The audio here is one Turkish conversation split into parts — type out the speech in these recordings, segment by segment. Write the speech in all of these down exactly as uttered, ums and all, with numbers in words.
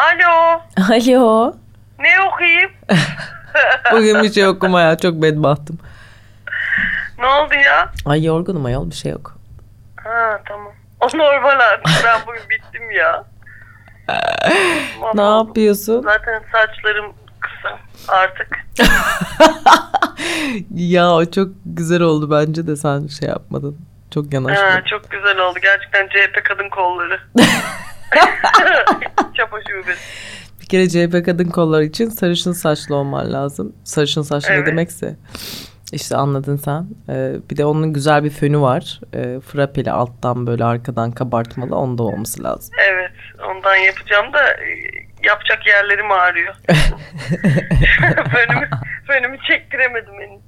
Alo. Alo. Ne okuyayım? Bugün bir şey okuma ya. Çok bedbahtım. Ne oldu ya? Ay yorgunum ayol, bir şey yok. Ha tamam. O normal artık. Ben bugün bittim ya. Ne yapıyorsun? Zaten saçlarım kısa artık. Ya o çok güzel oldu bence de, sen şey yapmadın. Çok yanaşmadın. Ha, çok güzel oldu. Gerçekten C H P kadın kolları. Çapa şubesi. Bir kere C H P kadın kolları için sarışın saçlı olman lazım. Sarışın saçlı evet. Ne demekse. İşte anladın sen. Ee, bir de onun güzel bir fönü var. Ee, frapeli alttan böyle arkadan kabartmalı. Onda olması lazım. Evet. Ondan yapacağım da yapacak yerlerim ağrıyor. fönümü, fönümü çektiremedim henüz.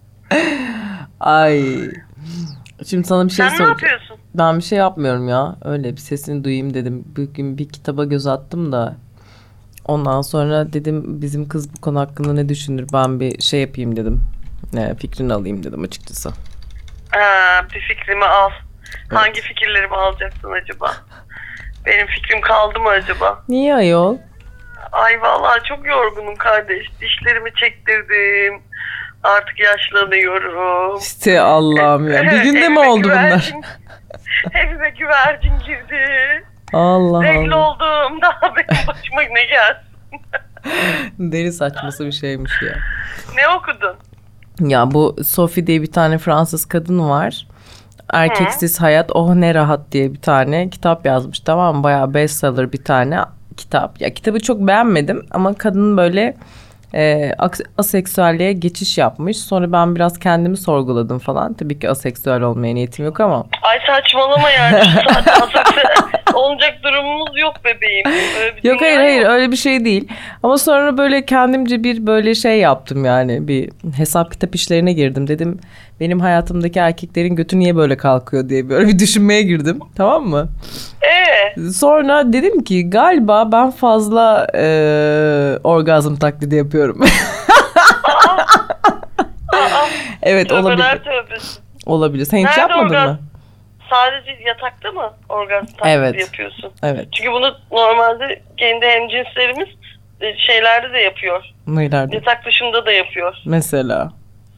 Ay. Şimdi sana bir şey sen soracağım. Sen ne yapıyorsun? Ben bir şey yapmıyorum ya. Öyle bir sesini duyayım dedim. Bugün bir kitaba göz attım da. Ondan sonra dedim bizim kız bu konu hakkında ne düşünür? Ben bir şey yapayım dedim. Ne, fikrini alayım dedim açıkçası. Aa, bir fikrimi al. Evet. Hangi fikirlerimi alacaksın acaba? Benim fikrim kaldı mı acaba? Niye ayol? Ay vallahi çok yorgunum kardeş. Dişlerimi çektirdim. Artık yaşlanıyorum. İşte Allah'ım ya. Bir günde mi oldu güvercin, bunlar? Evime güvercin girdi. Allah Regl Allah. oldum. Daha benim başıma ne gelsin? Deli saçması bir şeymiş ya. Ne okudun? Ya bu Sophie diye bir tane Fransız kadın var. Erkeksiz Hı. Hayat Oh Ne Rahat diye bir tane kitap yazmış, tamam mı? Bayağı bestseller bir tane kitap. Ya kitabı çok beğenmedim ama kadın böyle e, aseksüelliğe geçiş yapmış. Sonra ben biraz kendimi sorguladım falan. Tabii ki aseksüel olmaya niyetim yok ama. Ay saçmalama yani. Aseksüel olacak durumumuz yok bebeğim. Yok hayır hayır öyle bir şey değil. Ama sonra böyle kendimce bir böyle şey yaptım yani. Bir hesap kitap işlerine girdim. Dedim benim hayatımdaki erkeklerin götü niye böyle kalkıyor diye böyle bir düşünmeye girdim. Tamam mı? Ee? Sonra dedim ki galiba ben fazla e, orgazm taklidi yapıyorum. Aa, aa, evet tövbeler olabilir. Tövbesi. Olabilir. Sen hiç Nerede yapmadın orgaz- mı? Sadece yatakta mı orgazm taklidi evet. yapıyorsun? Evet. Çünkü bunu normalde kendi hemcinslerimiz şeylerde de yapıyor. Nelerde? Yatak dışında da yapıyor. Mesela?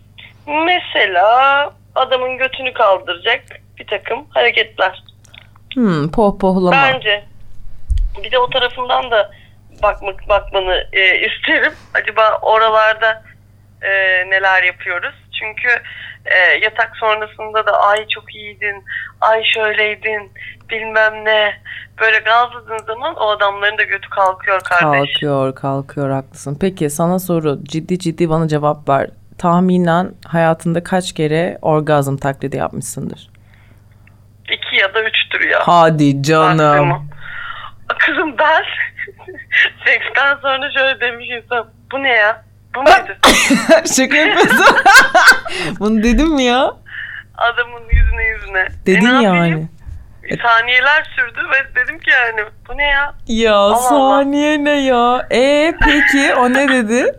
Mesela adamın götünü kaldıracak bir takım hareketler. Hmm, pohpohlama. Bence. Bir de o tarafından da bakmak bakmanı e, isterim. Acaba oralarda e, neler yapıyoruz? Çünkü e, yatak sonrasında da ay çok iyiydin, ay şöyleydin, bilmem ne. Böyle gazladığın zaman o adamların da götü kalkıyor kardeş. Kalkıyor, kalkıyor, haklısın. Peki sana soru, ciddi ciddi bana cevap ver. Tahminen hayatında kaç kere orgazm taklidi yapmışsındır? İki ya da üçtür ya. Hadi canım. Maksimum. Kızım ben seksten sonra şöyle demiş insan. Bu ne ya? Bu muydu? Şaka yapıyorsun. Bunu dedim mi ya? Adamın yüzüne yüzüne. Dedin e, yani. Saniyeler sürdü ve dedim ki yani bu ne ya? Ya Allah saniye Allah. Ne ya? E peki o ne dedi?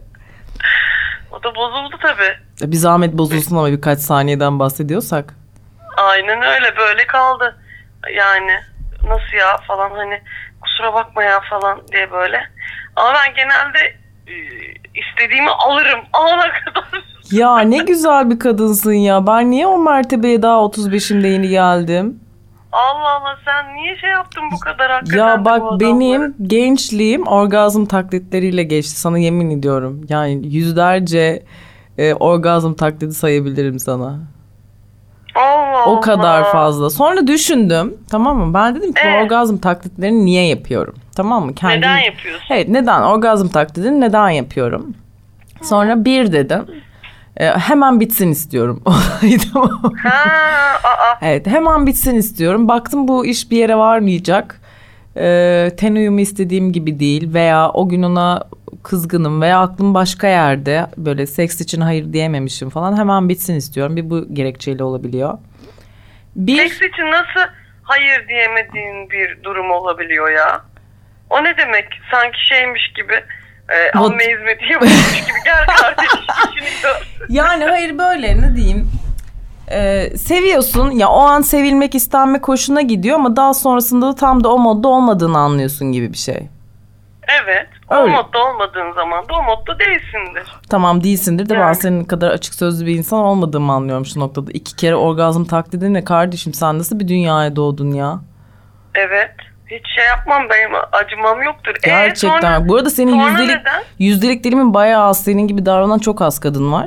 O da bozuldu tabii. Bir zahmet bozulsun ama birkaç saniyeden bahsediyorsak. Aynen öyle, böyle kaldı. Yani nasıl ya falan, hani kusura bakma ya falan diye böyle. Ama ben genelde e, istediğimi alırım alana kadar. Ya ne güzel bir kadınsın ya. Ben niye o mertebeye daha otuz beşimde yeni geldim? Allah Allah, sen niye şey yaptın bu kadar hakikaten? Ya bak benim gençliğim orgazm taklitleriyle geçti. Sana yemin ediyorum. Yani yüzlerce e, orgazm taklidi sayabilirim sana. Allah o kadar Allah. fazla. Sonra düşündüm, tamam mı? Ben dedim ki ee? orgazm taklitlerini niye yapıyorum? Tamam mı? Kendim... Neden yapıyorsun? Evet, neden? Orgazm taklidini neden yapıyorum? Sonra bir dedim. E, hemen bitsin istiyorum. ha, aa. Evet, hemen bitsin istiyorum. Baktım bu iş bir yere varmayacak. E, ten uyumu istediğim gibi değil veya o gün ona kızgınım veya aklım başka yerde, böyle seks için hayır diyememişim falan, hemen bitsin istiyorum. Bir bu gerekçeyle olabiliyor. Bir... Seks için nasıl hayır diyemediğin bir durum olabiliyor ya? O ne demek? Sanki şeymiş gibi, e, Bot... amme hizmeti yapıyormuş gibi, gel kardeş işini gör. Yani hayır, böyle ne diyeyim, e, seviyorsun ya, o an sevilmek, istenmek hoşuna gidiyor ama daha sonrasında da tam da o modda olmadığını anlıyorsun gibi bir şey. Evet. O Öyle. modda olmadığın zaman da o modda değilsindir. Tamam değilsindir de Yani. ben senin kadar açık sözlü bir insan olmadığımı anlıyorum şu noktada. İki kere orgazm taklidi ne kardeşim, sen nasıl bir dünyaya doğdun ya? Evet. Hiç şey yapmam, benim acımam yoktur. Gerçekten. Ee, sonra, Bu arada senin yüzdelik, yüzdelik dilimin bayağı az. Senin gibi davranan çok az kadın var.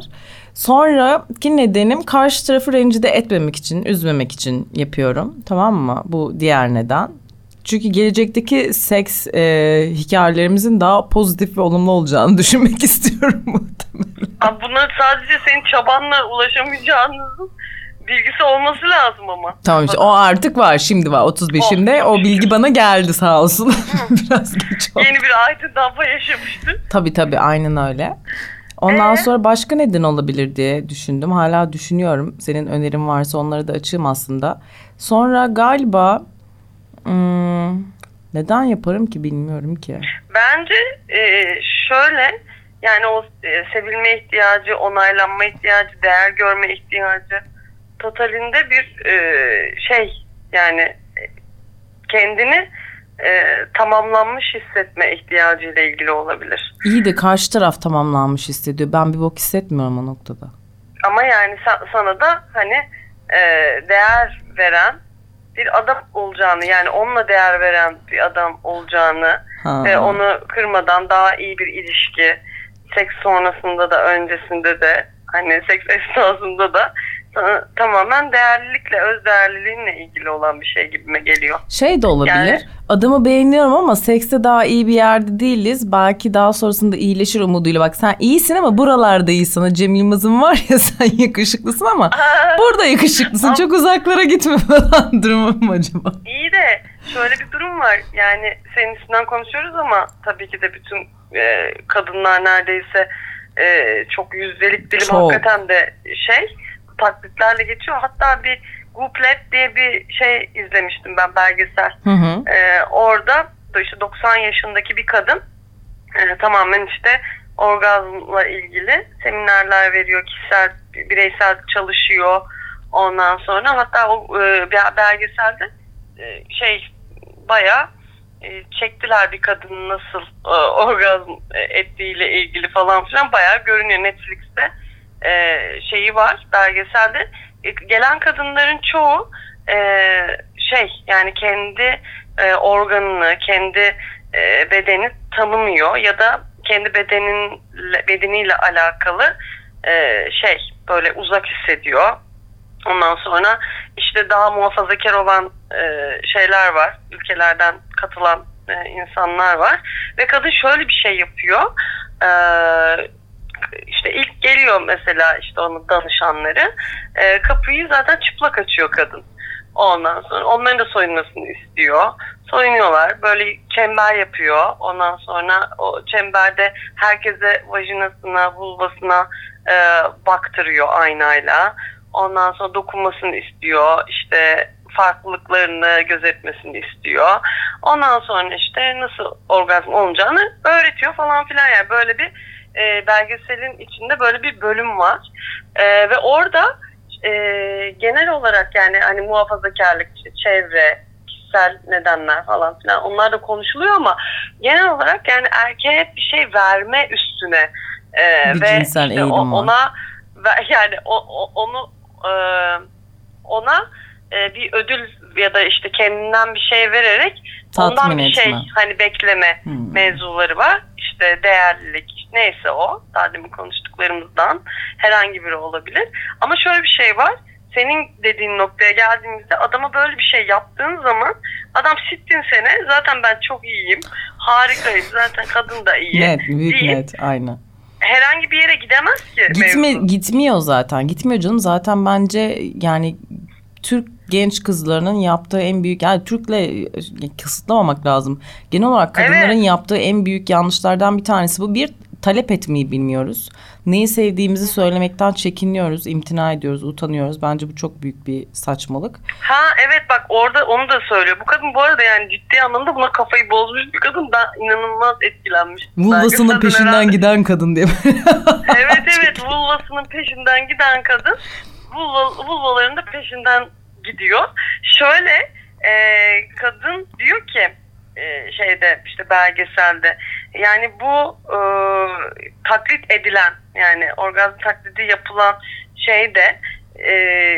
Sonraki nedenim karşı tarafı rencide etmemek için, üzmemek için yapıyorum. Tamam mı? Bu diğer neden. Çünkü gelecekteki seks e, hikayelerimizin daha pozitif ve olumlu olacağını düşünmek istiyorum muhtemelen. Bunlar sadece senin çabanla ulaşamayacağınızın bilgisi olması lazım ama. Tamam işte o artık var, şimdi var otuz beşimde o bilgi bana geldi sağ olsun. Biraz geç oldu. Yeni bir aydınlanma yaşamıştın. Tabii tabii aynen öyle. Ondan ee? sonra başka neden olabilir diye düşündüm. Hala düşünüyorum. Senin önerin varsa onları da açayım aslında. Sonra galiba hmm, neden yaparım ki bilmiyorum ki. Bence e, şöyle yani o e, sevilme ihtiyacı, onaylanma ihtiyacı, değer görme ihtiyacı totalinde bir e, şey yani e, kendini e, tamamlanmış hissetme ihtiyacıyla ilgili olabilir. İyi de karşı taraf tamamlanmış hissediyor. Ben bir bok hissetmiyorum o noktada. Ama yani sa- sana da hani e, değer veren bir adam olacağını, yani onunla değer veren bir adam olacağını ha. ve onu kırmadan daha iyi bir ilişki, seks sonrasında da öncesinde de hani seks esnasında da sana tamamen değerlilikle, özdeğerliliğinle ilgili olan bir şey gibime geliyor. Şey de olabilir. Yani, adamı beğeniyorum ama sekste daha iyi bir yerde değiliz. Belki daha sonrasında iyileşir umuduyla. Bak sen iyisin ama buralarda iyi sana. Cem Yılmaz'ın var ya, sen yakışıklısın ama burada yakışıklısın. Çok uzaklara gitme falan durumu mu acaba? İyi de şöyle bir durum var. Yani senin üstünden konuşuyoruz ama tabii ki de bütün e, kadınlar neredeyse e, çok yüzdelik dilim çok. Hakikaten de şey taklitlerle geçiyor. Hatta bir Gouplet diye bir şey izlemiştim ben, belgesel. Hı hı. Ee, orada işte doksan yaşındaki bir kadın e, tamamen işte orgazmla ilgili seminerler veriyor, kişisel, bireysel çalışıyor. Ondan sonra hatta o e, belgeselde e, şey bayağı e, çektiler bir kadının nasıl e, orgazm ettiğiyle ilgili falan filan, bayağı görünüyor Netflix'te. E, şeyi var belgeselde. E, gelen kadınların çoğu e, şey yani kendi e, organını, kendi e, bedeni tanımıyor ya da kendi bedenin bedeniyle alakalı e, şey böyle uzak hissediyor. Ondan sonra işte daha muhafazakar olan e, şeyler var, ülkelerden katılan e, insanlar var ve kadın şöyle bir şey yapıyor. Eee İşte ilk geliyor mesela işte onun danışanları, e, kapıyı zaten çıplak açıyor kadın. Ondan sonra onların da soyunmasını istiyor. Soyunuyorlar, böyle çember yapıyor. Ondan sonra o çemberde herkese vajinasına, vulvasına e, baktırıyor aynayla. Ondan sonra dokunmasını istiyor. İşte farklılıklarını gözetmesini istiyor. Ondan sonra işte nasıl orgazm olacağını öğretiyor falan filan, yani böyle bir E, belgeselin içinde böyle bir bölüm var e, ve orada e, genel olarak yani hani muhafazakarlık, çevre, kişisel nedenler falan filan onlar da konuşuluyor ama genel olarak yani erkeğe bir şey verme üstüne e, bir ve cinsel işte o, ona ve yani o, o, onu e, ona e, bir ödül ya da işte kendinden bir şey vererek tatmin ondan bir etme. Şey hani bekleme hmm. mevzuları var. İşte değerlilik neyse o daha demin konuştuklarımızdan herhangi biri olabilir. Ama şöyle bir şey var. Senin dediğin noktaya geldiğimizde adama böyle bir şey yaptığın zaman adam sittin sene zaten ben çok iyiyim, harikayım, zaten kadın da iyi. Net, büyük değil. Net, aynen. Herhangi bir yere gidemez ki. Gitme, gitmiyor zaten. Gitmiyor canım. Zaten bence yani Türk genç kızlarının yaptığı en büyük, yani Türk'le kısıtlamamak lazım. Genel olarak kadınların evet. yaptığı en büyük yanlışlardan bir tanesi bu. Bir, talep etmeyi bilmiyoruz. Neyi sevdiğimizi söylemekten çekiniyoruz, imtina ediyoruz, utanıyoruz. Bence bu çok büyük bir saçmalık. Ha evet, bak orada onu da söylüyor. Bu kadın bu arada yani ciddi anlamda buna kafayı bozmuş bir kadın. Ben inanılmaz etkilenmiştim. Vulvasının peşinden herhalde giden kadın diye. Evet evet, vulvasının peşinden giden kadın. Vulva, vulvaların da peşinden gidiyor. Şöyle e, kadın diyor ki e, şeyde işte belgeselde. Yani bu e, taklit edilen, yani orgazm taklidi yapılan şeyde e,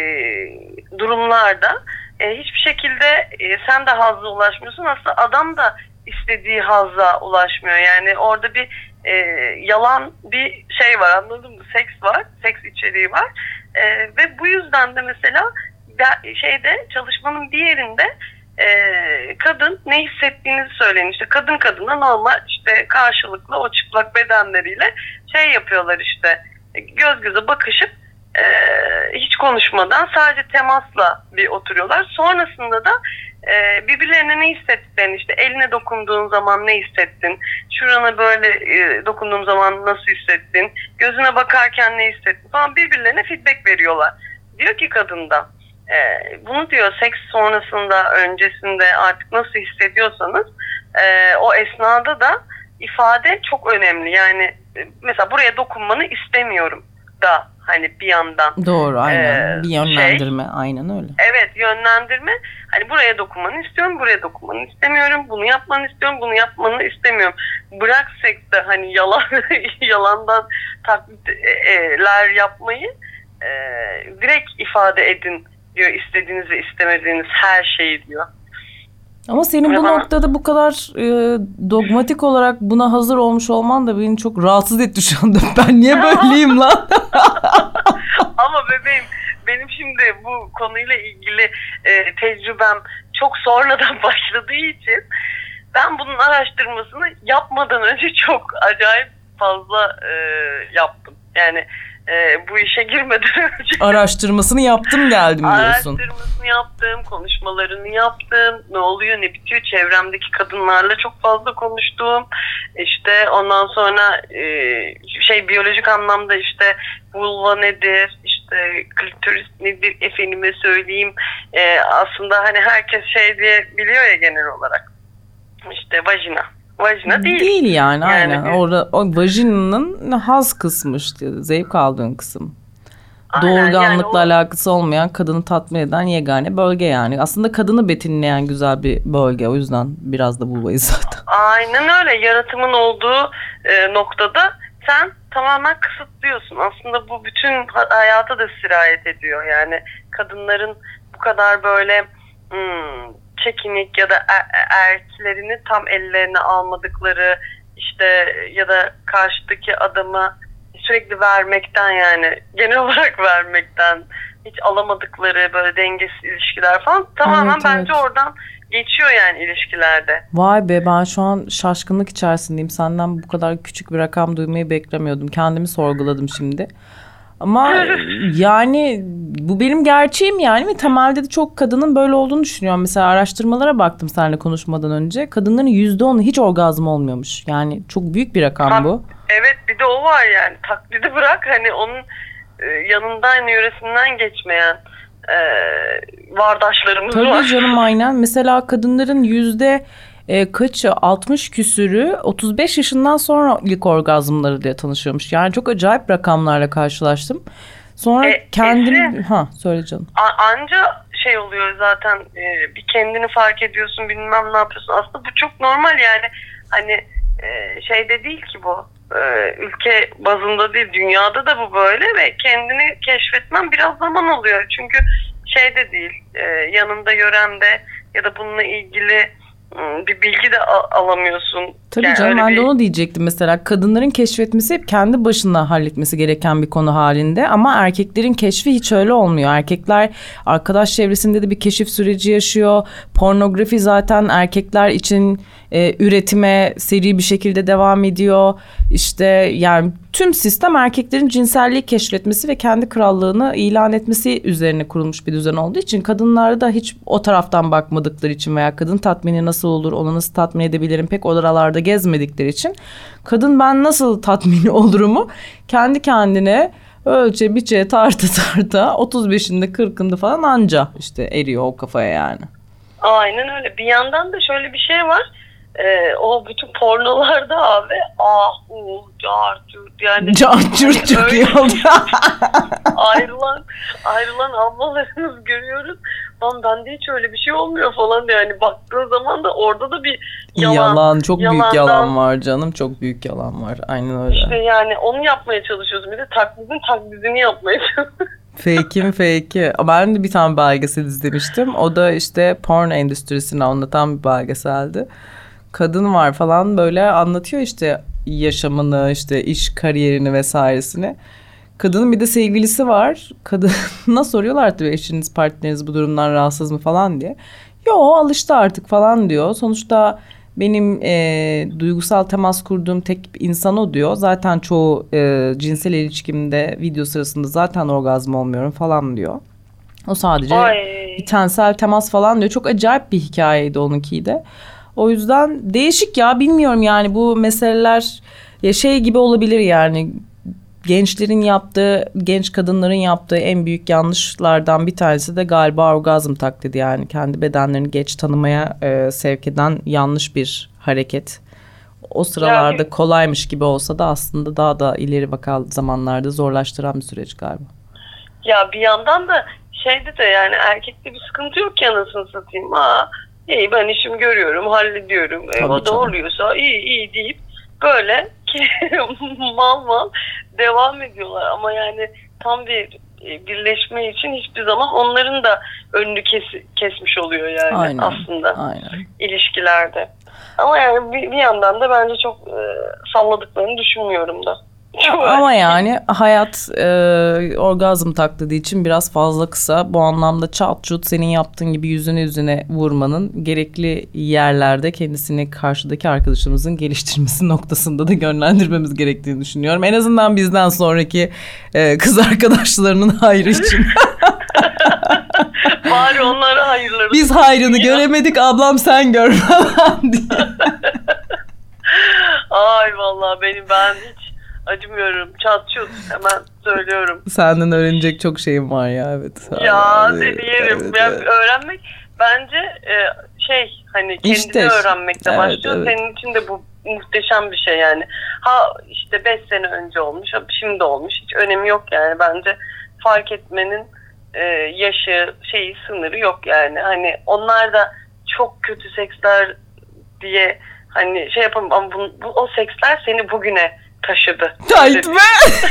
durumlarda e, hiçbir şekilde e, sen de hazza ulaşmıyorsun. Aslında adam da istediği hazza ulaşmıyor. Yani orada bir e, yalan bir şey var, anladın mı? Seks var, seks içeriği var. E, ve bu yüzden de mesela şeyde, çalışmanın bir yerinde e, kadın ne hissettiğinizi söyleyin. İşte kadın kadına normal işte karşılıklı o çıplak bedenleriyle şey yapıyorlar, işte göz göze bakışıp e, hiç konuşmadan sadece temasla bir oturuyorlar. Sonrasında da e, birbirlerine ne hissettiklerini, işte eline dokunduğun zaman ne hissettin, şurana böyle e, dokunduğum zaman nasıl hissettin, gözüne bakarken ne hissettin falan, birbirlerine feedback veriyorlar. Diyor ki kadından, Ee, bunu diyor seks sonrasında, öncesinde artık nasıl hissediyorsanız e, o esnada da ifade çok önemli. Yani e, mesela buraya dokunmanı istemiyorum da hani bir yandan. Doğru, aynen. E, bir yönlendirme, şey, aynen öyle. Evet, yönlendirme. Hani buraya dokunmanı istiyorum, buraya dokunmanı istemiyorum. Bunu yapmanı istiyorum, bunu yapmanı istemiyorum. Bırak sekste hani yalan yalandan taklitler yapmayı, e, direkt ifade edin diyor, istediğiniz ve istemediğiniz her şeyi diyor. Ama senin bu noktada bu kadar e, dogmatik olarak buna hazır olmuş olman da beni çok rahatsız etti şu anda. Ben niye böyleyim lan? Ama bebeğim, benim şimdi bu konuyla ilgili e, tecrübem çok sonradan başladığı için ben bunun araştırmasını yapmadan önce çok acayip fazla e, yaptım. Yani Ee, bu işe girmeden önce araştırmasını yaptım geldim diyorsun. Araştırmasını yaptım, konuşmalarını yaptım. Ne oluyor, ne bitiyor? Çevremdeki kadınlarla çok fazla konuştum. İşte ondan sonra e, şey biyolojik anlamda işte vulva nedir, işte klitoris nedir, efendime söyleyeyim. E, aslında hani herkes şey diye biliyor ya genel olarak. İşte vajina. Vajina değil. Değil yani, yani aynen. Bir... Orada o vajinanın haz kısmı, işte zevk aldığın kısım. Aynen, doğurganlıkla yani o... alakası olmayan, kadını tatmin eden yegane bölge yani. Aslında kadını betimleyen güzel bir bölge. O yüzden biraz da vulvayı zaten. Aynen öyle. Yaratımın olduğu e, noktada sen tamamen kısıtlıyorsun. Aslında bu bütün hayata da sirayet ediyor. Yani kadınların bu kadar böyle hmm, çekinik ya da er, erkeklerini tam ellerine almadıkları, işte ya da karşıdaki adama sürekli vermekten, yani genel olarak vermekten hiç alamadıkları böyle dengesiz ilişkiler falan tamamen evet, bence evet. oradan geçiyor yani ilişkilerde. Vay be, ben şu an şaşkınlık içerisindeyim. Senden bu kadar küçük bir rakam duymayı beklemiyordum. Kendimi sorguladım şimdi. Ama yani bu benim gerçeğim yani, ve temelde de çok kadının böyle olduğunu düşünüyorum. Mesela araştırmalara baktım seninle konuşmadan önce. Kadınların yüzde onu hiç orgazm olmuyormuş. Yani çok büyük bir rakam ha, bu. Evet, bir de o var yani. Taklidi bırak, hani onun yanından, yöresinden geçmeyen e, vardaşlarımız Tabii var. Tabii canım, aynen. Mesela kadınların yüzde E, kaçı, altmış küsürü otuz beş yaşından sonra ilk orgazmları diye tanışıyormuş. Yani çok acayip rakamlarla karşılaştım. Sonra e, kendim... Esi, ha söyle canım. A- anca şey oluyor zaten, e, bir kendini fark ediyorsun, bilmem ne yapıyorsun. Aslında bu çok normal yani. Hani e, şeyde değil ki bu. E, ülke bazında değil, dünyada da bu böyle ve kendini keşfetmen biraz zaman oluyor. Çünkü şeyde değil, e, yanında yörende ya da bununla ilgili bir bilgi de al- alamıyorsun. Tabii yani canım, ben bir... de onu diyecektim mesela. Kadınların keşfetmesi hep kendi başına halletmesi gereken bir konu halinde, ama erkeklerin keşfi hiç öyle olmuyor. Erkekler arkadaş çevresinde de bir keşif süreci yaşıyor. Pornografi zaten erkekler için e, üretime seri bir şekilde devam ediyor. İşte yani tüm sistem erkeklerin cinselliği keşfetmesi ve kendi krallığını ilan etmesi üzerine kurulmuş bir düzen olduğu için, kadınlara da hiç o taraftan bakmadıkları için veya kadın tatmini nasıl olur, onu nasıl tatmin edebilirim pek oralarda gezmedikleri için, kadın ben nasıl tatmin olurumu kendi kendine ölçe biçe tarta tarta otuz beşinde kırkında falan anca işte eriyor o kafaya yani. Aynen öyle. Bir yandan da şöyle bir şey var. e, o bütün pornolarda abi ah uh car cürt yani Car cürt çok iyi oldu. ayrılan ayrılan ablalarımız görüyoruz. Lan bende hiç öyle bir şey olmuyor falan diye. Yani baktığın zaman da orada da bir yalan. Yalan çok yalandan, büyük yalan var canım. Çok büyük yalan var. Aynen öyle. İşte yani onu yapmaya çalışıyoruz. Bir de taklidin taklidini yapmaya çalışıyoruz. Fake'in fake'i. Ben de bir tane belgesel izlemiştim. O da işte porn endüstrisini anlatan bir belgeseldi. Kadın var falan böyle anlatıyor işte yaşamını, işte iş kariyerini vesairesini. Kadının bir de sevgilisi var. Kadına soruyorlar tabii eşiniz, partneriniz bu durumdan rahatsız mı falan diye. Yo alıştı artık falan diyor. Sonuçta benim e, duygusal temas kurduğum tek insan o diyor. Zaten çoğu e, cinsel ilişkimde video sırasında zaten orgazm olmuyorum falan diyor. O sadece Ay. bir tensel temas falan diyor. Çok acayip bir hikayeydi onunki de. O yüzden değişik ya bilmiyorum yani bu meseleler ya şey gibi olabilir yani. Gençlerin yaptığı, genç kadınların yaptığı en büyük yanlışlardan bir tanesi de galiba orgazm taklidi yani kendi bedenlerini geç tanımaya e, sevk eden yanlış bir hareket. O sıralarda yani, kolaymış gibi olsa da aslında daha da ileri vakal zamanlarda zorlaştıran bir süreç galiba. Ya bir yandan da şeyde de yani erkekte bir sıkıntı yok ki anasını satayım. Ha, iyi ben işimi görüyorum, hallediyorum. E, o da oluyorsa iyi iyi deyip böyle ki mal mal devam ediyorlar ama yani tam bir birleşme için hiçbir zaman onların da önünü kes, kesmiş oluyor yani aynen, aslında aynen. ilişkilerde. Ama yani bir, bir yandan da bence çok e, salladıklarını düşünmüyorum da. Ama yani hayat e, orgazm taklidi için biraz fazla kısa. Bu anlamda çat çut senin yaptığın gibi yüzüne yüzüne vurmanın gerekli yerlerde kendisini karşıdaki arkadaşımızın geliştirmesi noktasında da yönlendirmemiz gerektiğini düşünüyorum. En azından bizden sonraki e, kız arkadaşlarının hayrı için. Bari onlara hayırları. Biz hayrını ya. Göremedik ablam sen gör falan diye. Ay vallahi benim ben hiç acımıyorum. Çat çut hemen söylüyorum. Senden öğrenecek çok şeyim var ya evet. Ya seni yerim. Evet, yani evet. Öğrenmek bence e, şey hani kendini işte, öğrenmekle evet, başlıyor. Evet. Senin için de bu muhteşem bir şey yani. Ha işte beş sene önce olmuş, şimdi olmuş. Hiç önemi yok yani bence fark etmenin e, yaşı, şeyi, sınırı yok yani. Hani onlar da çok kötü seksler diye hani şey yapalım ama bu, bu, o seksler seni bugüne taşıdı. Hayt be!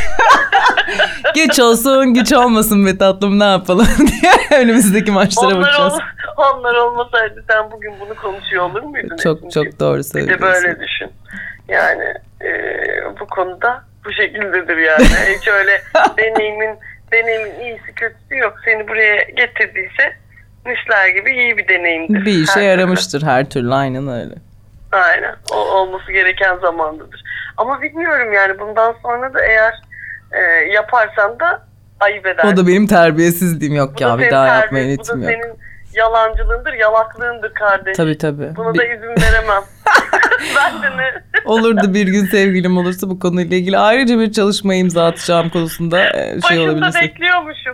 Geç olsun güç olmasın be tatlım ne yapalım diye önümüzdeki maçlara onlar bakacağız. Ol, onlar olmasaydı sen bugün bunu konuşuyor olur muydun? Çok Çünkü çok doğru söylüyorsun. Bir de böyle düşün. Yani e, bu konuda bu şekildedir yani. Hiç öyle deneyimin deneyimin iyisi kötüsü yok. Seni buraya getirdiyse misler gibi iyi bir deneyimdir. Bir işe yaramıştır her türlü aynen öyle. Aynen. O olması gereken zamandadır. Ama bilmiyorum yani bundan sonra da eğer e, yaparsan da ayıp edersin. O da benim terbiyesizliğim yok ya bir daha yapmaya niyetim yok. Bu da senin yalancılığındır, yalaklığındır kardeş. Tabii tabii. Buna bir... da izin veremem. Ben de ne? Olur da bir gün sevgilim olursa bu konuyla ilgili ayrıca bir çalışma imza atacağım konusunda e, şey olabilirsin. Başında bekliyormuşum.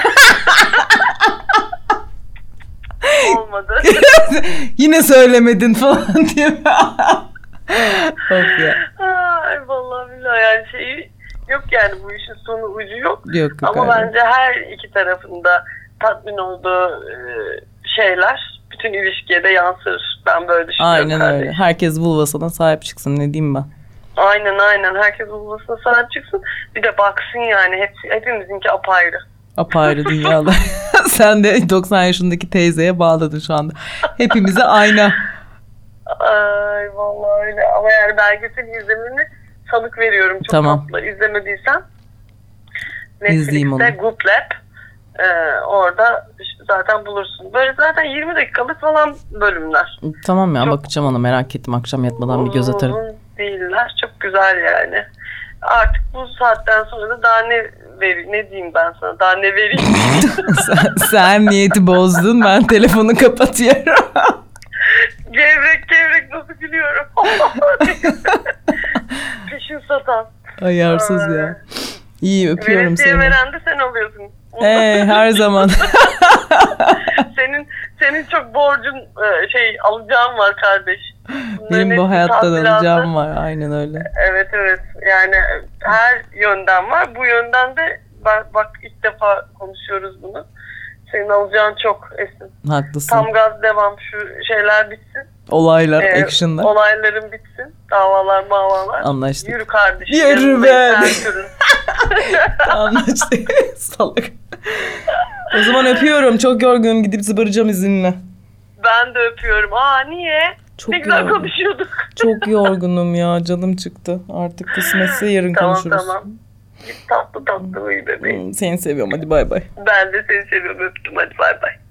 Olmadı. Yine söylemedin falan diye. Of ya. Ay vallahi billahi yani şeyi yok yani bu işin sonu ucu yok. Yok, yok ama aynen. bence her iki tarafında tatmin olduğu şeyler bütün ilişkiye de yansır. Ben böyle düşünüyorum. Aynen kardeşim. Öyle. Herkes vulvasına sahip çıksın ne diyeyim ben. Aynen aynen herkes vulvasına sahip çıksın. Bir de baksın yani hep, hepimizinki apayrı. Apayrı dünyalar. Sen de doksan yaşındaki teyzeye bağladın şu anda. Hepimize ayna. Ay vallahi öyle ama yani belgesel izlemeni salık veriyorum çok tamam. tatlı. İzlemediysen Netflix'te Goop Lab ee, orada zaten bulursun. Böyle zaten yirmi dakikalık falan bölümler. Tamam ya çok bakacağım ona merak ettim akşam yatmadan bir göz atarım. Uzun değiller çok güzel yani. Artık bu saatten sonra da daha ne vereyim, ne diyeyim ben sana daha ne vereyim. sen, sen niyeti bozdun ben telefonu kapatıyorum. Gevrek gevrek nasıl gülüyorum. Peşin satan. Ayarsız Aa, ya. İyi öpüyorum veresiye seni. Veren de sen oluyorsun. Ee, her zaman. senin senin çok borcun şey alacağın var kardeş. Benim bu hepsi hayattan tadilatlı. alacağım var. Aynen öyle. Evet evet. Yani her yönden var. Bu yönden de bak, bak ilk defa konuşuyoruz bunu. Senin alacağın çok Esin. Haklısın. Tam gaz devam, şu şeyler bitsin. Olaylar, Ee, action'lar. Olayların bitsin. Davalar, mavalar. Anlaştık. Yürü kardeşim. Yürü be. Yanındayız, Anlaştık. Salak. O zaman öpüyorum. Çok yorgunum. Gidip zıbaracağım izinle. Ben de öpüyorum. Aa niye? Çok ne güzel yorgun. konuşuyorduk. Çok yorgunum ya. Canım çıktı. Artık kısmetse yarın Tamam konuşuruz. tamam. Git tatlı tatlı uyu bebeğim. Hmm, Seni seviyorum. Hadi bay bay. Ben de seni seviyorum, öptüm, hadi bay bay.